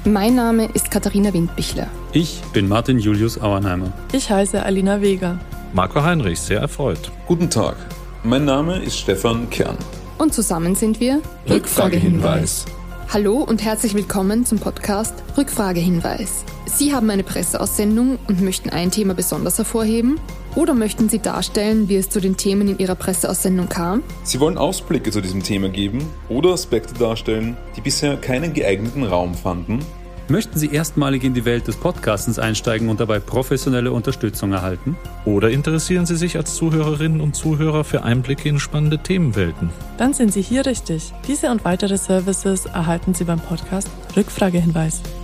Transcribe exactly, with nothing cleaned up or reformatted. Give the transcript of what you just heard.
Mein Name ist Katharina Windbichler. Ich bin Martin Julius Auernheimer. Ich heiße Alina Weger. Marco Heinrich, sehr erfreut. Guten Tag, mein Name ist Stefan Kern. Und zusammen sind wir Rückfragehinweis. Hallo und herzlich willkommen zum Podcast Rückfragehinweis. Sie haben eine Presseaussendung und möchten ein Thema besonders hervorheben? Oder möchten Sie darstellen, wie es zu den Themen in Ihrer Presseaussendung kam? Sie wollen Ausblicke zu diesem Thema geben oder Aspekte darstellen, die bisher keinen geeigneten Raum fanden? Möchten Sie erstmalig in die Welt des Podcastens einsteigen und dabei professionelle Unterstützung erhalten? Oder interessieren Sie sich als Zuhörerinnen und Zuhörer für Einblicke in spannende Themenwelten? Dann sind Sie hier richtig. Diese und weitere Services erhalten Sie beim Podcast Rückfragehinweis.